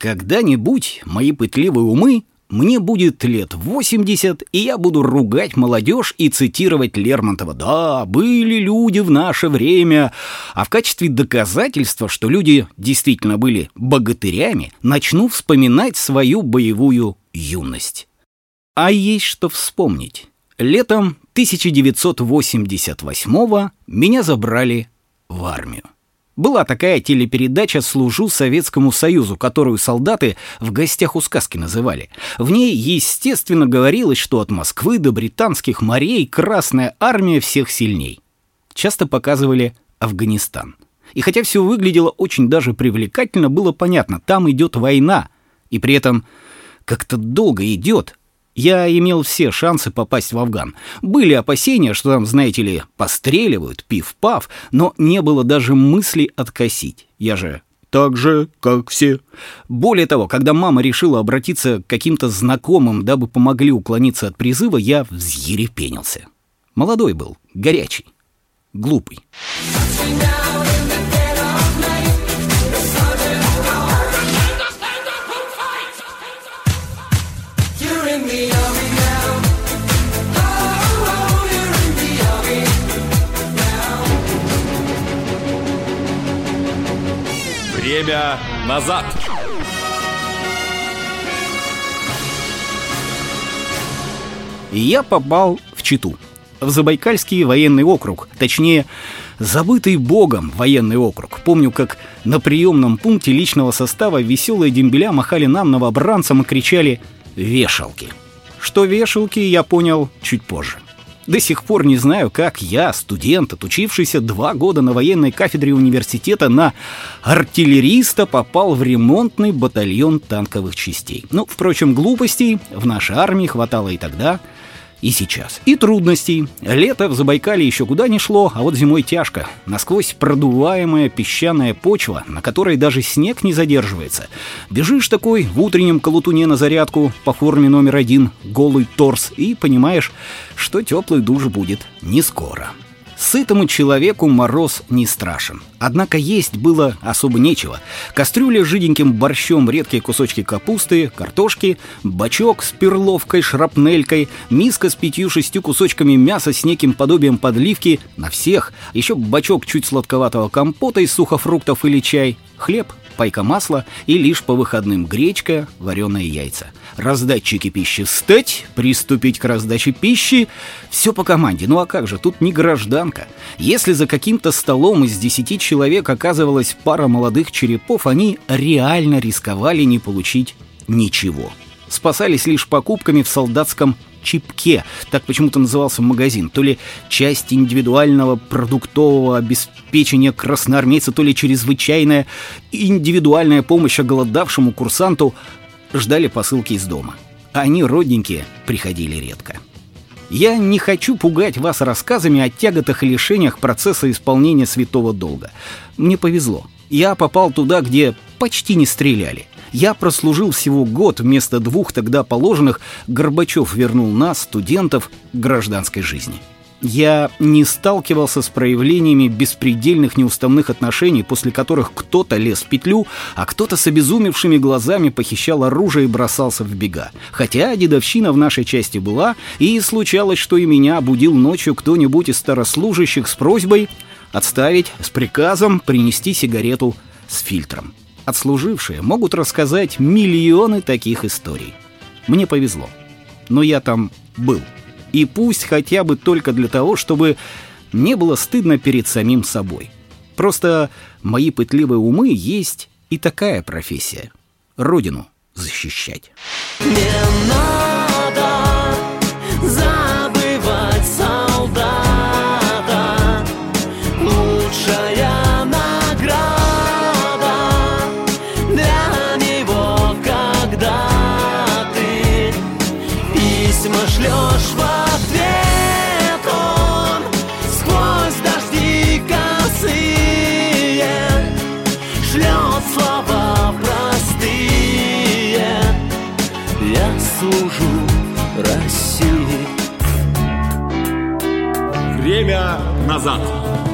Когда-нибудь мои пытливые умы, мне будет лет 80, и я буду ругать молодежь и цитировать Лермонтова. Да, были люди в наше время. А в качестве доказательства, что люди действительно были богатырями, начну вспоминать свою боевую юность. А есть что вспомнить. Летом 1988-го меня забрали в армию. Была такая телепередача «Служу Советскому Союзу», которую солдаты в гостях у сказки называли. В ней, естественно, говорилось, что от Москвы до британских морей Красная Армия всех сильней. Часто показывали Афганистан. И хотя все выглядело очень даже привлекательно, было понятно, там идет война. И при этом как-то долго идет. Я имел все шансы попасть в Афган. Были опасения, что там, знаете ли, постреливают, пиф-паф, но не было даже мысли откосить. Я же так же, как все. Более того, когда мама решила обратиться к каким-то знакомым, дабы помогли уклониться от призыва, я взъерепенился. Молодой был, горячий, глупый. Время назад. И я попал в Читу, в Забайкальский военный округ, точнее, забытый богом военный округ. Помню, как на приемном пункте личного состава веселые дембеля махали нам, новобранцам, и кричали «вешалки». Что вешалки, я понял чуть позже. До сих пор не знаю, как я, студент, отучившийся 2 года на военной кафедре университета на артиллериста, попал в ремонтный батальон танковых частей. Ну, впрочем, глупостей в нашей армии хватало и тогда, и сейчас. И трудностей. Лето в Забайкалье еще куда ни шло, а вот зимой тяжко. Насквозь продуваемая песчаная почва, на которой даже снег не задерживается. Бежишь такой в утреннем колотуне на зарядку по форме номер 1, голый торс, и понимаешь, что теплый душ будет не скоро. Сытому человеку мороз не страшен. Однако есть было особо нечего. Кастрюля с жиденьким борщом, редкие кусочки капусты, картошки, бачок с перловкой, шрапнелькой, миска с 5-6 кусочками мяса с неким подобием подливки на всех, еще бачок чуть сладковатого компота из сухофруктов или чай, хлеб, пайка масла и лишь по выходным гречка, вареные яйца. Раздатчики пищи встать, приступить к раздаче пищи. Все по команде. Ну а как же, тут не гражданка. Если за каким-то столом из 10 человек оказывалась пара молодых черепов, они реально рисковали не получить ничего. Спасались лишь покупками в солдатском чипке, так почему-то назывался магазин, то ли часть индивидуального продуктового обеспечения красноармейца, то ли чрезвычайная индивидуальная помощь оголодавшему курсанту. Ждали посылки из дома. Они, родненькие, приходили редко. Я не хочу пугать вас рассказами о тяготах и лишениях процесса исполнения святого долга. Мне повезло. Я попал туда, где почти не стреляли. Я прослужил всего год вместо 2 тогда положенных. Горбачев вернул нас, студентов, к гражданской жизни. Я не сталкивался с проявлениями беспредельных неуставных отношений, после которых кто-то лез в петлю, а кто-то с обезумевшими глазами похищал оружие и бросался в бега. Хотя дедовщина в нашей части была, и случалось, что и меня будил ночью кто-нибудь из старослужащих с просьбой отставить, с приказом принести сигарету с фильтром. Отслужившие могут рассказать миллионы таких историй. Мне повезло, но я там был. И пусть хотя бы только для того, чтобы не было стыдно перед самим собой. Просто мои пытливые умы есть и такая профессия — Родину защищать. Не надо забывать солдата, лучшая награда для него, когда ты письма шлешь в ответ, он сквозь дожди косые шлет слова простые. Я служу России. Время назад.